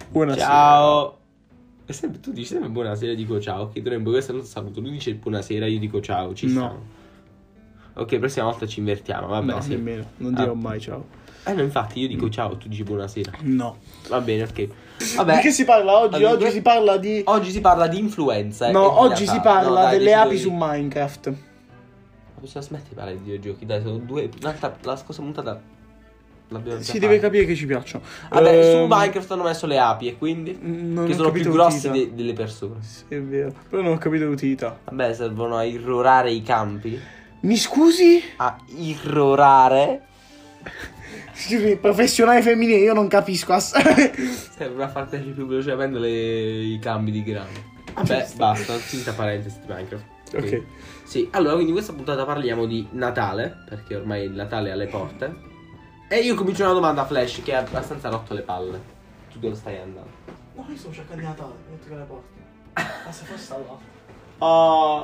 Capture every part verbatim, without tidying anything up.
Buonasera. Ciao. E sempre, tu dici sempre buonasera, io dico ciao. Ok, dovrebbe questo non saluto. Lui dice buonasera, io dico ciao. Ci No. stanno. Ok, prossima volta ci invertiamo. Vabbè, No, sì. nemmeno. Non dirò Ah. mai ciao. Eh no, infatti io dico ciao, tu dici buonasera. No. Va bene, ok. Vabbè. Di che si parla oggi? Allora, Oggi si parla di... Oggi si parla di influenza. No, e di oggi si Natale. parla No, dai, delle dei api tuoi- su Minecraft. Ma possiamo smettere di parlare di videogiochi? Dai, sono due. L'altra, la scorsa puntata l'abbiamo già Si fatta. deve capire che ci piacciono. Vabbè, Ehm, su Minecraft hanno messo le api e quindi. non che ho sono capito più grossi l'utilità. de- delle persone. Sì, è vero. Però non ho capito l'utilità. Vabbè, servono a irrorare i campi. Mi scusi? A irrorare. Sì, professionale femminile, io non capisco assai. Serve a far crescere più velocemente le- i cambi di grano. Vabbè, basta, finita parentesi di Minecraft. Ok. Sì, allora, quindi in questa puntata parliamo di Natale, perché ormai il Natale è alle porte. E io comincio una domanda flash che ha abbastanza rotto le palle. Tu dove stai andando? No, io sto cercando di Natale, metto le porte. Ma se fosse là. Ah.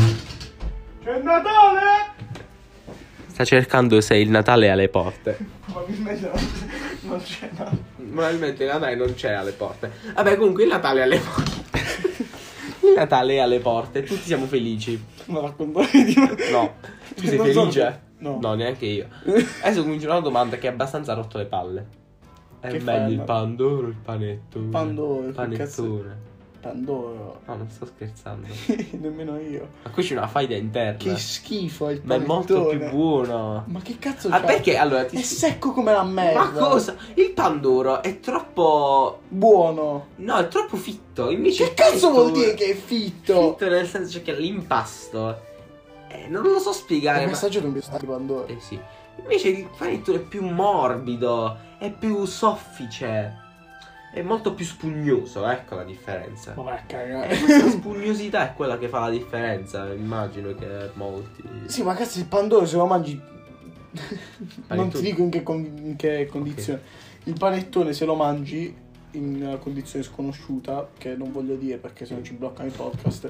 C'è Natale! Sta cercando se il Natale è alle porte. Probabilmente non, non c'è Natale. Probabilmente il Natale non c'è alle porte. Vabbè, comunque il Natale è alle porte. Il Natale è alle porte, tutti siamo felici. Non raccontare di me. No, tu sei Non felice? so- No. No, neanche io. Adesso comincia una domanda che ha abbastanza rotto le palle. È Che meglio fai? il pandoro o il panettone? Pandoro, che Panettone. Pandoro. No, non sto scherzando. Nemmeno io. Ma qui c'è una faida interna. Che schifo il Ma è panettone. molto più buono. Ma che cazzo Ah, c'è? perché allora ti È spiego. secco come la merda. Ma cosa? Il pandoro è troppo. Buono. No, è troppo fitto. Invece Che il cazzo vuol panettone- dire che è fitto? Fitto nel senso cioè che l'impasto. Eh, non lo so spiegare. Il ma... messaggio non mi sta arrivando. Eh sì. Invece il panettone è più morbido, è più soffice, è molto più spugnoso, ecco la differenza. Ma vai a E cagare. questa spugnosità è quella che fa la differenza, immagino che molti. Sì, ma cazzo il pandoro se lo mangi. Non Panettone. ti dico in che, con- in che condizione. Il panettone se lo mangi in una condizione sconosciuta, che non voglio dire perché se no ci bloccano i podcast.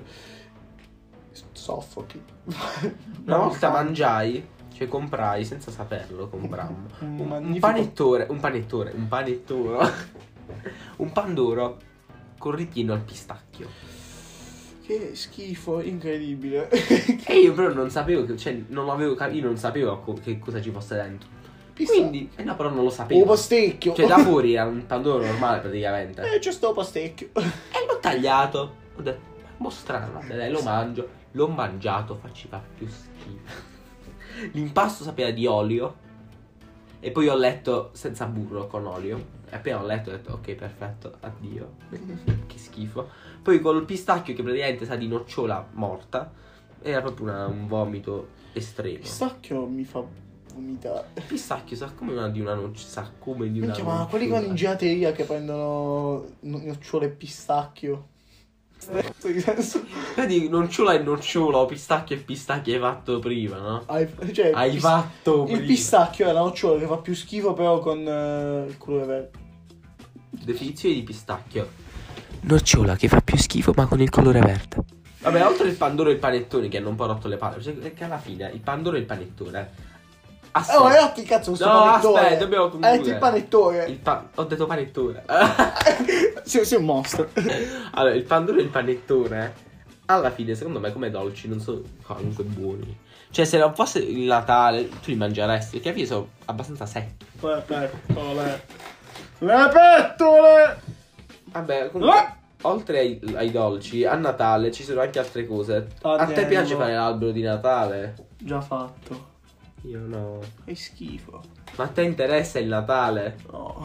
Soffochi. Una volta mangiai, cioè comprai senza saperlo, comprammo Un un, un magnifico- panettone, un panettone, un panettone, un pandoro con ripieno al pistacchio. Che schifo, incredibile. E io però non sapevo che, cioè non avevo capito, io non sapevo co- che cosa ci fosse dentro. Quindi, eh no, però non lo sapevo. Un postecchio. Cioè da fuori era un pandoro normale praticamente. Eh, c'è sto postecchio. E l'ho tagliato. Ho detto, un po' strano, vabbè dai, lo mangio. L'ho mangiato, faceva più schifo. L'impasto sapeva di olio. E poi ho letto senza burro, con olio. E appena ho letto ho detto, ok, perfetto, addio. Che schifo. Poi col pistacchio che praticamente sa di nocciola morta. Era proprio una- un vomito estremo. Pistacchio mi fa vomitare. Il pistacchio sa come una di una noce, sa come di una Minchia, ma quelli che vanno in gelateria che prendono no- nocciole e pistacchio. Di senso. Vedi, nocciola e nocciola, o pistacchio e pistacchio hai fatto prima, no? Hai, cioè, Hai pis- fatto il prima. pistacchio è la nocciola che fa più schifo però con eh, il colore verde. Definizione di pistacchio. Nocciola che fa più schifo ma con il colore verde. Vabbè, oltre il pandoro e il panettone che hanno un po' rotto le palle, perché alla fine il pandoro e il panettone. Oh, hai detto il cazzo questo No, panettone. aspetta, dobbiamo Hai concludere. detto il panettone. Il pa- ho detto panettone. sei, sei un mostro. Allora, il pandoro e il panettone, alla fine, secondo me, come dolci, non sono comunque buoni. Cioè, se non fosse il Natale, tu li mangeresti, perché alla fine sono abbastanza secchi. Le pettole. Le pettole. Vabbè, comunque, Ah! oltre ai, ai dolci, a Natale ci sono anche altre cose. A te Agnello. piace fare l'albero di Natale? Già fatto. Io no. È schifo. Ma a te interessa il Natale? No.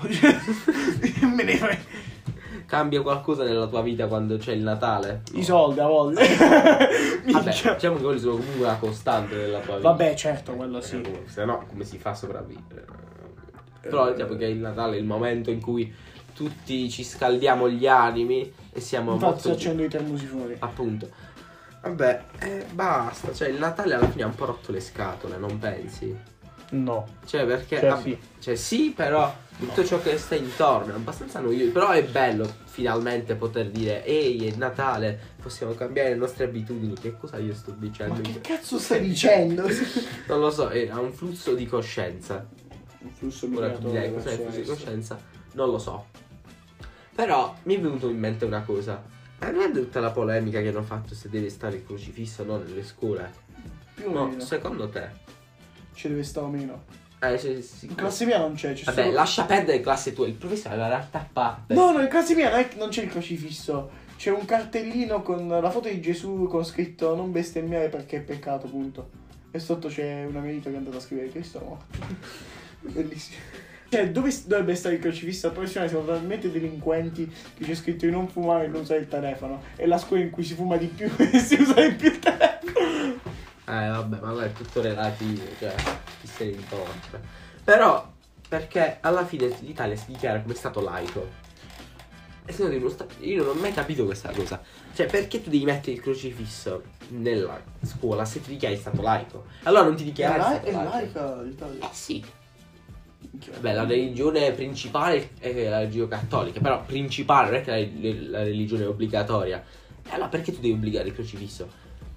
Me ne frega. Cambia qualcosa nella tua vita quando c'è il Natale? I soldi a volte. Vabbè, Minchia. diciamo che quelli sono comunque una costante della tua vita. Vabbè, certo, quello sì. Eh, se no, come si fa a sopravvivere? Però diciamo che il Natale è il momento in cui tutti ci scaldiamo gli animi e siamo Infatti molto sto accendo i termosi fuori. appunto. Vabbè, eh, basta. Cioè, il Natale alla fine ha un po' rotto le scatole, non pensi? No. Cioè, perché. Cioè, ah, sì. cioè, sì, però tutto ciò che sta intorno è abbastanza noioso. Però è bello finalmente poter dire: ehi, è Natale, possiamo cambiare le nostre abitudini. Che cosa io sto dicendo? Ma che cazzo stai dicendo? Non lo so, è un flusso di coscienza. Un flusso Ora tu direi migratorio cos'è il verso flusso di est. coscienza? Non lo so. Però mi è venuto in mente una cosa. Ma non è tutta la polemica che hanno fatto se deve stare il crocifisso o no nelle scuole? Più o No, meno. secondo te? Ci deve stare o meno. Eh, sì, sì. In classe mia non c'è, c'è Vabbè, solo... lascia perdere classe tua, il professore è una realtà a parte. No, no, in classe mia non, è- non c'è il crocifisso. C'è un cartellino con la foto di Gesù con scritto non bestemmiare perché è peccato, punto. E sotto c'è una mia amica che è andata a scrivere Cristo è morto. Bellissimo. Cioè, dove s- dovrebbe stare il crocifisso? Al professionale siamo talmente delinquenti che c'è scritto di non fumare e non usare il telefono. È la scuola in cui si fuma di più e si usa di più il telefono. Eh vabbè, ma quello è tutto relativo, cioè, chi se ne importa. Però, perché alla fine l'Italia si dichiara come stato laico. E secondo me non sta- io non ho mai capito questa cosa. Cioè, perché tu devi mettere il crocifisso nella scuola se ti dichiari stato laico? Allora non ti È, dichiari lai- stato è laico. laica l'Italia. Eh sì. Beh, la religione principale è la religione cattolica, però principale non è che la, la religione è obbligatoria. E allora perché tu devi obbligare il crocifisso?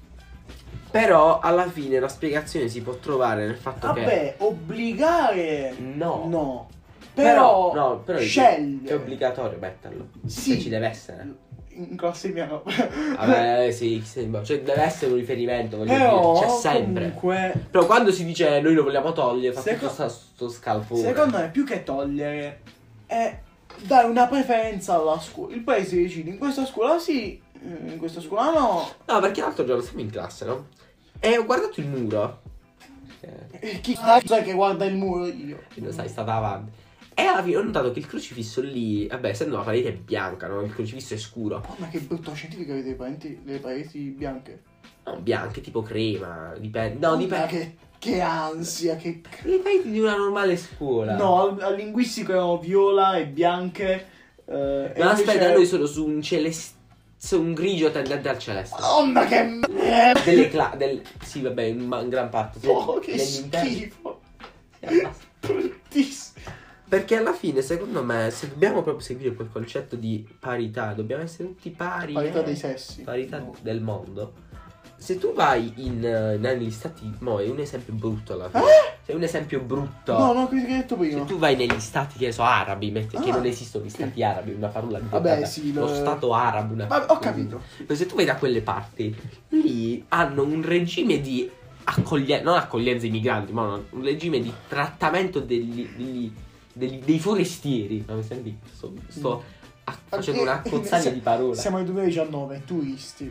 Però alla fine la spiegazione si può trovare nel fatto che Vabbè, obbligare... No. No. Però, Però, no, però sceglie. è obbligatorio metterlo. Sì. Cioè, ci deve essere. In classe mia no. Vabbè, sì, sì, cioè deve essere un riferimento, voglio Però, dire, c'è sempre. comunque, Però quando si dice noi lo vogliamo togliere, fa Seco- tutto sta, sto scalpore. secondo me, più che togliere, è dare una preferenza alla scuola. Il paese decide, in questa scuola sì, in questa scuola no. No, perché l'altro giorno siamo in classe, no? E ho guardato il muro. Eh, E chi sa che guarda il muro io? lo sai, stava avanti. E alla fine ho notato che il crocifisso lì, vabbè, essendo la parete bianca, no? Il crocifisso è scuro. Oh, ma che brutto scientifico avete le pareti, le pareti bianche. No, bianche, tipo crema, dipende. No, Oh, dipende. ma che, che ansia, che... Le pareti di una normale scuola. No, al, al linguistico erano viola e bianche. Eh, e Ma aspetta, invece- noi sono su un celeste. Su un grigio tendente al celeste. Madonna che merda! Delle cla... Del... Sì, vabbè, in, ma- in gran parte. Sì, Oh, che nell'interno. schifo! Sì, abbassa. Bruttissimo! Perché alla fine, secondo me, se dobbiamo proprio seguire quel concetto di parità, dobbiamo essere tutti pari. Parità eh. dei sessi. Parità No. del mondo. Se tu vai in, eh, negli stati. Mo' è un esempio brutto alla fine. È un esempio brutto. No, no, quello che hai detto prima. Se tu vai negli stati che so arabi, metti, che Ah, non esistono gli stati sì. arabi, una parola di Vabbè, sì, lo lo- stato arabo, una Vabbè, ho capito. Ma se tu vai da quelle parti, lì hanno un regime di accoglienza, non accoglienza ai migranti, ma no, un regime di trattamento degli, degli- degli- dei forestieri. Ma mi senti? Sto, sto a- facendo una cozzaglia di parole. Siamo nel duemiladiciannove, turisti.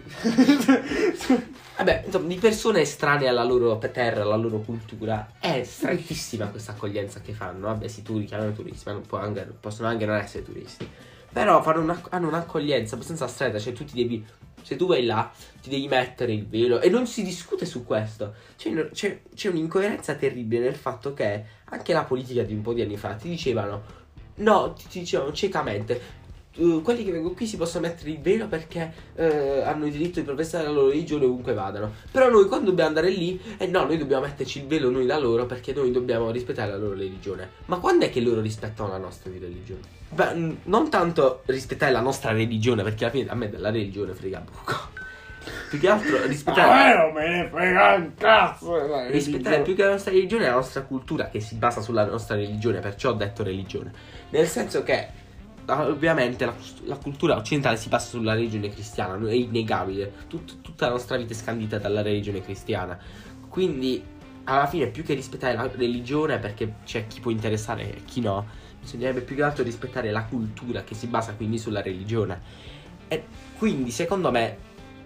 Vabbè, insomma, di persone estranee alla loro terra, alla loro cultura. È strettissima questa accoglienza che fanno. Vabbè, sì, tu li chiamano turisti, ma non può anche- possono anche non essere turisti. Però fanno una- hanno un'accoglienza abbastanza stretta. Cioè, tu ti devi. Se tu vai là, ti devi mettere il velo. E non si discute su questo. C'è, c'è, c'è un'incoerenza terribile nel fatto che anche la politica di un po' di anni fa ti dicevano. No, ti, ti dicevano ciecamente. Uh, quelli che vengono qui si possono mettere il velo perché eh, hanno il diritto di professare la loro religione ovunque vadano. Però noi quando dobbiamo andare lì, eh no, noi dobbiamo metterci il velo noi da loro perché noi dobbiamo rispettare la loro religione. Ma quando è che loro rispettano la nostra di religione? Beh, n- non tanto rispettare la nostra religione, perché alla fine a me della religione frega poco. Più che altro rispettare, Ah, non me ne frega un cazzo. della rispettare religione. più che la nostra religione la nostra cultura che si basa sulla nostra religione, perciò ho detto religione. Nel senso che Ah, ovviamente la, la cultura occidentale si basa sulla religione cristiana, è innegabile. Tut- tutta la nostra vita è scandita dalla religione cristiana. Quindi, alla fine, più che rispettare la religione, perché c'è chi può interessare e chi no, bisognerebbe più che altro rispettare la cultura che si basa quindi sulla religione. E quindi, secondo me,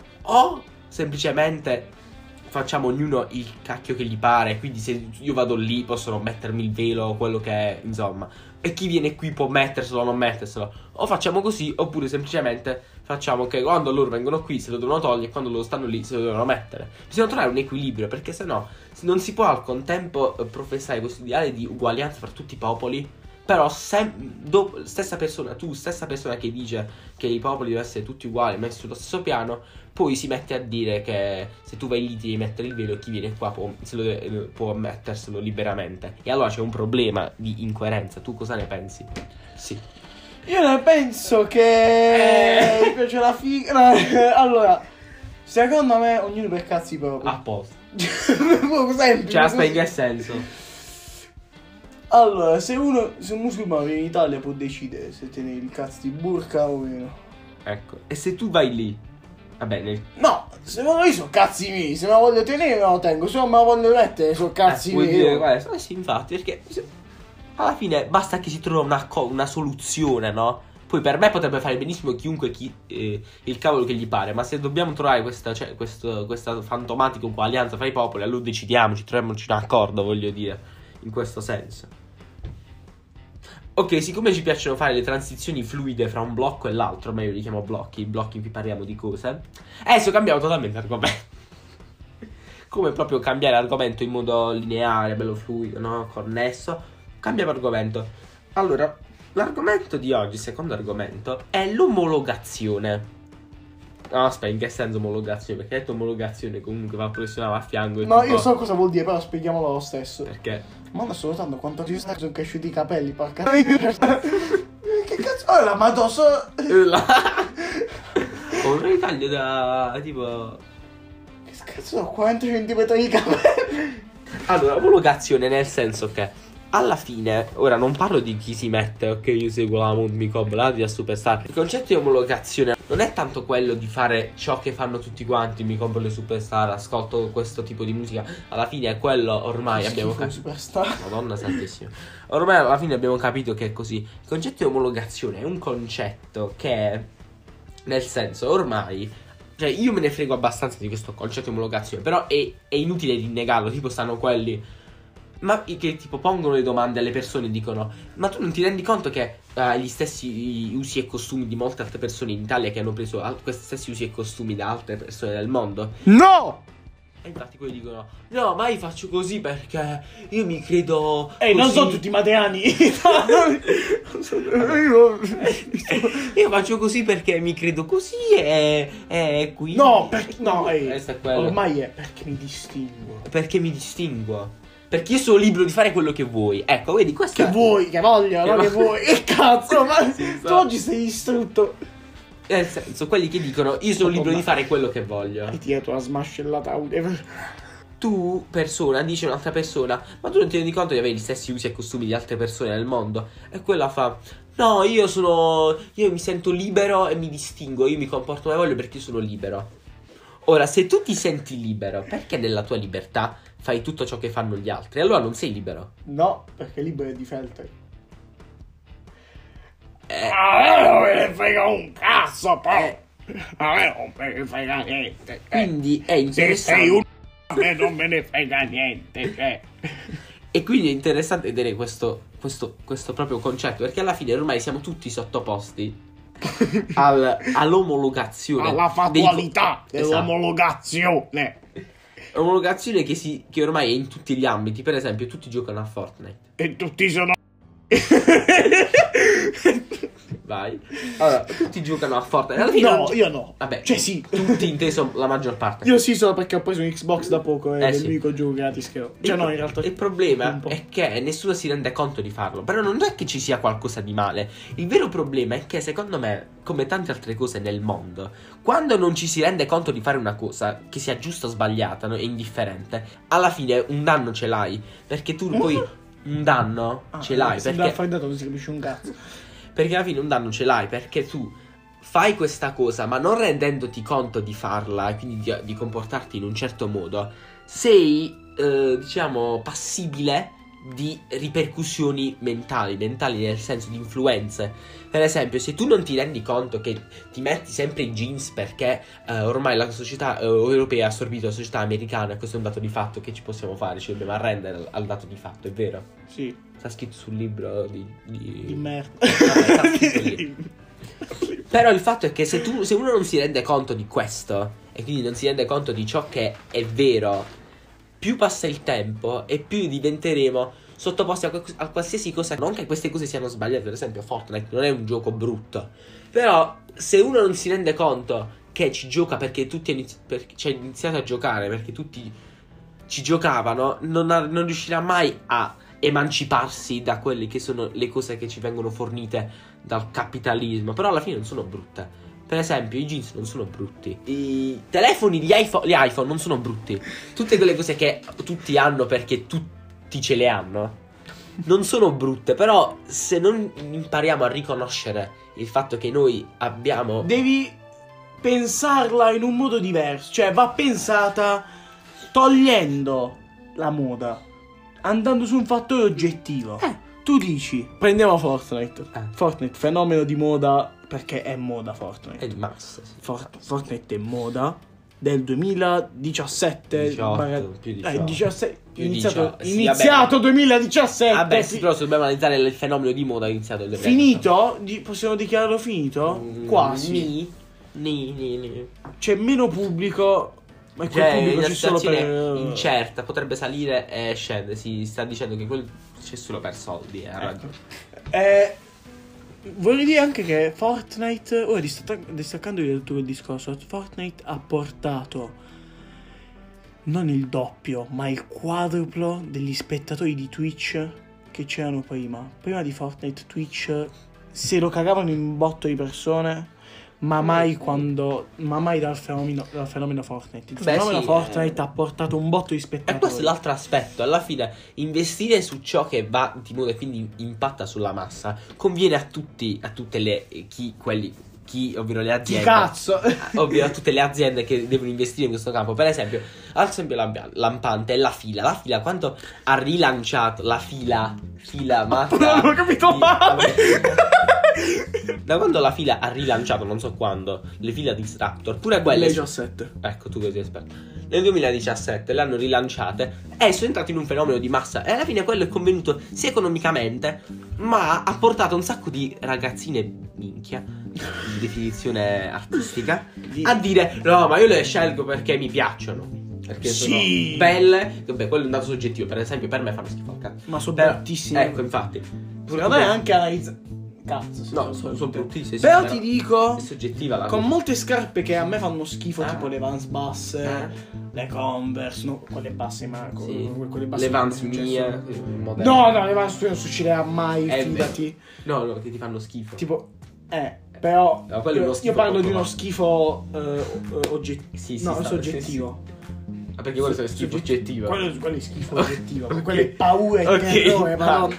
o semplicemente facciamo ognuno il cacchio che gli pare, quindi se io vado lì possono mettermi il velo o quello che è, insomma, e chi viene qui può metterselo o non metterselo, o facciamo così, oppure semplicemente facciamo che quando loro vengono qui se lo devono togliere e quando loro stanno lì se lo devono mettere. Bisogna trovare un equilibrio, perché sennò non si può al contempo eh, professare questo ideale di uguaglianza fra tutti i popoli. Però sem- do- stessa persona, tu stessa persona che dice che i popoli devono essere tutti uguali, messi sullo stesso piano, poi si mette a dire che se tu vai lì ti devi mettere il velo e chi viene qua può, se lo deve- può metterselo liberamente. E allora c'è un problema di incoerenza. Tu cosa ne pensi? Sì. Io ne penso che mi piace la figa. No, allora, secondo me ognuno per cazzi propri. A posto. Proprio semplice. Cioè, aspetta, in che senso? Allora, se uno, se un musulmano viene in Italia può decidere se tenere il cazzo di burka o meno. Ecco. E se tu vai lì, vabbè, nel... No, se non io sono cazzi miei, se me la voglio tenere me la tengo, se non me la voglio mettere sono cazzi eh, vuoi miei. dire, guarda, eh sì, infatti, perché alla fine basta che si trovi una, co- una soluzione, no? Poi per me potrebbe fare benissimo chiunque chi, eh, il cavolo che gli pare, ma se dobbiamo trovare questa, cioè, questo, questa fantomatica alleanza fra i popoli, allora decidiamoci, troviamoci un accordo, voglio dire, in questo senso. Ok, siccome ci piacciono fare le transizioni fluide fra un blocco e l'altro, ma io li chiamo blocchi, blocchi in cui parliamo di cose, adesso cambiamo totalmente argomento. Come proprio cambiare argomento in modo lineare, bello fluido, no? Connesso. Cambiamo argomento. Allora, l'argomento di oggi, il secondo argomento, è l'omologazione. No, aspetta, in che senso omologazione? Perché detto omologazione comunque va professionale a fianco. No, tipo... io so cosa vuol dire, però spieghiamolo lo stesso. Perché? Ma non sto notando quanto ci sono cresciuti i capelli, porca. Che cazzo? Oh, la madonna. Ho un ritaglio da tipo... Che cazzo ho quaranta centimetri di capelli? Allora, omologazione nel senso che alla fine, ora non parlo di chi si mette, ok, io seguo la Mondmicob, la via Superstar. Il concetto di omologazione non è tanto quello di fare ciò che fanno tutti quanti, mi compro le Superstar, ascolto questo tipo di musica. Alla fine è quello, ormai abbiamo capito. Superstar. Madonna santissima. Ormai alla fine abbiamo capito che è così. Il concetto di omologazione è un concetto che, nel senso, ormai... Cioè, io me ne frego abbastanza di questo concetto di omologazione, però è, è inutile di negarlo. Tipo, stanno quelli... Ma che tipo pongono le domande alle persone e dicono: ma tu non ti rendi conto che uh, gli stessi usi e costumi di molte altre persone in Italia che hanno preso al- questi stessi usi e costumi da altre persone del mondo? No! E infatti quelli dicono: no, ma io faccio così perché io mi credo Ehi, così. non sono tutti mateani. Io faccio così perché mi credo così e, e quindi... No, per, no, ehi, Questo è quello. ormai è perché mi distinguo. Perché mi distinguo. Perché io sono libero di fare quello che vuoi. Ecco, vedi, questo Che è... vuoi, che voglio, Che no? vo- Che vuoi. Che cazzo, ma Sì, tu so. oggi sei distrutto. Nel senso, quelli che dicono io sono libero di fare quello che voglio. E ti ho una smascellata audio. Tu, persona, dice un'altra persona: ma tu non ti rendi conto di avere gli stessi usi e costumi di altre persone nel mondo? E quella fa: no, io sono... Io mi sento libero e mi distingo. Io mi comporto come voglio perché io sono libero. Ora, se tu ti senti libero, perché nella tua libertà fai tutto ciò che fanno gli altri? Allora non sei libero. No, perché libero è di Feltri. Eh, A me non me ne frega un cazzo, poi. A me non me ne frega niente. quindi è Se interessante. sei un... A me non me ne frega niente, cioè. E quindi è interessante vedere questo, questo, questo proprio concetto, perché alla fine ormai siamo tutti sottoposti al, all'omologazione. Alla fattualità dei co- esatto. dell'omologazione. Omologazione che, si, che ormai è in tutti gli ambiti. Per esempio, tutti giocano a Fortnite. E tutti sono... Vai. Allora, tutti giocano a Fortnite. Alla fine No, non- io no. Vabbè, Cioè sì. tutti inteso la maggior parte. Io sì, solo perché ho preso un Xbox da poco e Eh, è sì. l'unico gioco gratis che ho. Il Cioè no, pro- in realtà... Il problema un po'. è che nessuno si rende conto di farlo. Però non è che ci sia qualcosa di male. Il vero problema è che secondo me, come tante altre cose nel mondo, quando non ci si rende conto di fare una cosa, che sia giusta o sbagliata, no, è indifferente, alla fine un danno ce l'hai. Perché tu poi un danno Ah, ce l'hai. se Perché da fare dato non si capisce un cazzo. Perché alla fine un danno ce l'hai, perché tu fai questa cosa, ma non rendendoti conto di farla, e quindi di, di comportarti in un certo modo, sei, eh, diciamo, passibile di ripercussioni mentali, mentali nel senso di influenze. Per esempio, se tu non ti rendi conto che ti metti sempre i jeans perché eh, ormai la società eh, europea ha assorbito la società americana, questo è un dato di fatto, che ci possiamo fare? Ci dobbiamo arrendere al, al dato di fatto, è vero? Sì, Sta scritto sul libro di... di di... merda. Vabbè, sta scritto lì. Però il fatto è che se, tu, se uno non si rende conto di questo, e quindi non si rende conto di ciò che è vero, più passa il tempo e più diventeremo sottoposti a, a qualsiasi cosa. Non che queste cose siano sbagliate. Per esempio Fortnite non è un gioco brutto, però se uno non si rende conto che ci gioca perché tutti hanno inizi- perché ci ha iniziato a giocare, perché tutti ci giocavano, non, ha- non riuscirà mai a emanciparsi da quelle che sono le cose che ci vengono fornite dal capitalismo. Però alla fine non sono brutte. Per esempio i jeans non sono brutti, i telefoni di iPhone, gli iPhone non sono brutti. Tutte quelle cose che tutti hanno perché tutti ce le hanno non sono brutte, però se non impariamo a riconoscere il fatto che noi abbiamo... Devi pensarla in un modo diverso. Cioè va pensata togliendo la moda, andando su un fattore oggettivo. Eh. Tu dici, prendiamo Fortnite. Eh. Fortnite, fenomeno di moda, perché è moda Fortnite. È di massa, sì. Fort- Fortnite è moda del duemiladiciassette. diciotto, barra- più eh, diciotto. diciassette, Più iniziato, diciotto, sì, iniziato vabbè. duemiladiciassette. Vabbè, fi- sì, però se dobbiamo analizzare il fenomeno di moda è iniziato il finito? Di- possiamo dichiararlo finito? Mm, Quasi. Ni, ni, ni, ni. C'è meno pubblico. Ma quel Cioè, pubblico una c'è solo situazione per... incerta, potrebbe salire e scendere. Si sta dicendo che quel c'è solo per soldi. Eh, ha ragione. Eh, vorrei dire anche che Fortnite, ora distac- distaccando del tuo discorso, Fortnite ha portato non il doppio, ma il quadruplo degli spettatori di Twitch che c'erano prima. Prima di Fortnite, Twitch se lo cagavano in un botto di persone, ma mai quando, ma mai dal fenomeno, dal fenomeno Fortnite. Il Beh, fenomeno sì, Fortnite eh. ha portato un botto di E spettatori. questo è l'altro aspetto. Alla fine, investire su ciò che va di moda e quindi impatta sulla massa conviene a tutti, a tutte le chi, quelli, chi, ovvero le Chi aziende. cazzo? Ovvio, a tutte le aziende che devono investire in questo campo. Per esempio, ad esempio lamp- lampante è la fila. La fila quanto ha rilanciato la fila, fila matta. Non ho capito di- male. Da quando la fila ha rilanciato, non so quando, le file Disruptor, pure quelle. duemiladiciassette. Ecco, tu così esperto. Nel duemiladiciassette le hanno rilanciate e sono entrati in un fenomeno di massa. E alla fine quello è convenuto sia economicamente, ma ha portato un sacco di ragazzine minchia, di definizione artistica, Di- a dire no, ma io le scelgo perché mi piacciono. Perché Sì. sono belle. Vabbè, quello è un dato soggettivo. Per esempio, per me fanno schifo al cazzo. Ma sono Però- bruttissime. Ecco, infatti. Secondo me è anche analizzato. Cazzo, sì, No, sono sono brutte. bruttissime. Però sì, ti dico, è soggettiva la con cosa. molte scarpe che a me fanno schifo, Ah. tipo le Vans basse, Ah. le Converse, no, quelle basse, ma co- Sì. quelle basse. Le Vans non è mie, successo. moderne. No, no, le Vans non succederà mai, Eh, fidati. No, no, che ti fanno schifo. Tipo, eh, però No, quello è uno io, schifo io parlo di molto uno basso. schifo eh, oggettivo. Sì, sì, no, sta- soggettivo. Ah, perché quello è schifo Sogget- oggettivo. Quello, quello è schifo oggettivo. Ok. Quelle paure e Ok, terrore, va. madonna.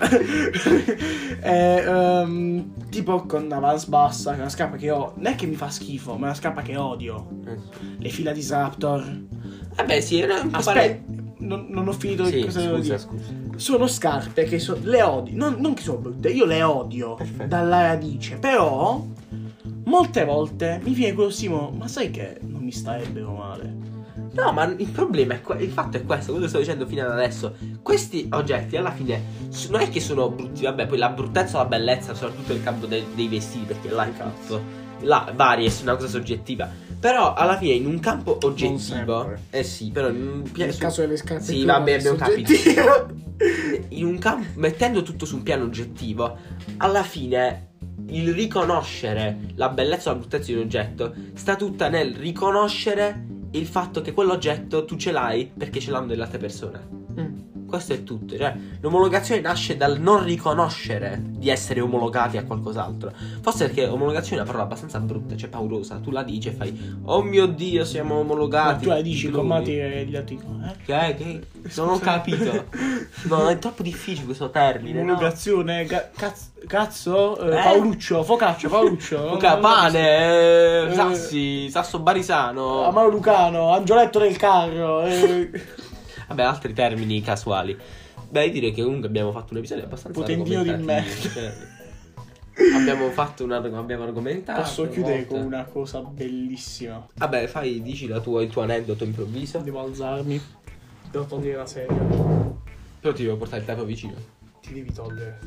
eh, ehm, tipo con una Vans bassa, che è una scarpa che ho. Non è che mi fa schifo, ma è una scarpa che odio. Le fila di Raptor. Vabbè, sì, era un po' Aspetta, non, non ho finito Sì, cosa devo scusa, dire. scusa. Sono scarpe che so- le odio. Non, non che sono brutte, io le odio Perfetto. dalla radice. Però molte volte mi viene quello stimo, ma sai che non mi starebbero male. No, ma il problema è que- il fatto è questo, quello che sto dicendo fino ad adesso. Questi oggetti alla fine s- non è che sono brutti, vabbè, poi la bruttezza e la bellezza, soprattutto nel campo de- dei vestiti, perché là è tutto, là varia, è una cosa soggettiva. Però alla fine in un campo oggettivo, sempre. eh sì, però in un piano Nel caso delle scarpe sì, più vabbè, è abbiamo capito. soggettivo. In un campo, mettendo tutto su un piano oggettivo, alla fine il riconoscere la bellezza o la bruttezza di un oggetto sta tutta nel riconoscere il fatto che quell'oggetto tu ce l'hai perché ce l'hanno delle altre persone. Questo è tutto. Cioè, l'omologazione nasce dal non riconoscere di essere omologati a qualcos'altro. Forse perché omologazione è una parola abbastanza brutta, cioè paurosa. Tu la dici e fai oh mio Dio, siamo Ma omologati. tu la dici Lui. con Mati e gli altri eh? Che, che? Non ho capito. No, è troppo difficile questo termine. No? Omologazione, ga- cazzo, cazzo eh, Eh? Paoluccio, Focaccia, Paoluccio. Luca, non- non- pane, eh, Eh. Sassi, Sasso Barisano. Amaro Lucano, Angioletto del carro. eh. Vabbè, altri termini casuali. Beh, io direi che comunque abbiamo fatto un episodio abbastanza Potentino di argomentativo, cioè, abbiamo fatto un arg- abbiamo argomentato. Posso chiudere molto. con una cosa bellissima. Vabbè, fai, dici la tua, il tuo aneddoto improvviso. Devo alzarmi. Devo togliere la sedia. Però ti devo portare il tempo vicino. Ti devi togliere.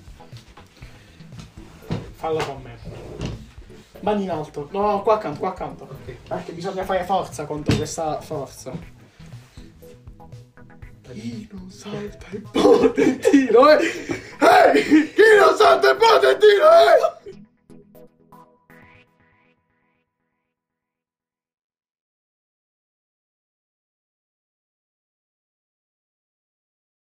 Fallo con me. Mani in alto. No, qua accanto, qua accanto. Perché bisogna fare forza contro questa forza. Chi non salta il potentino, eh? Ehi! Chi non salta il potentino, eh?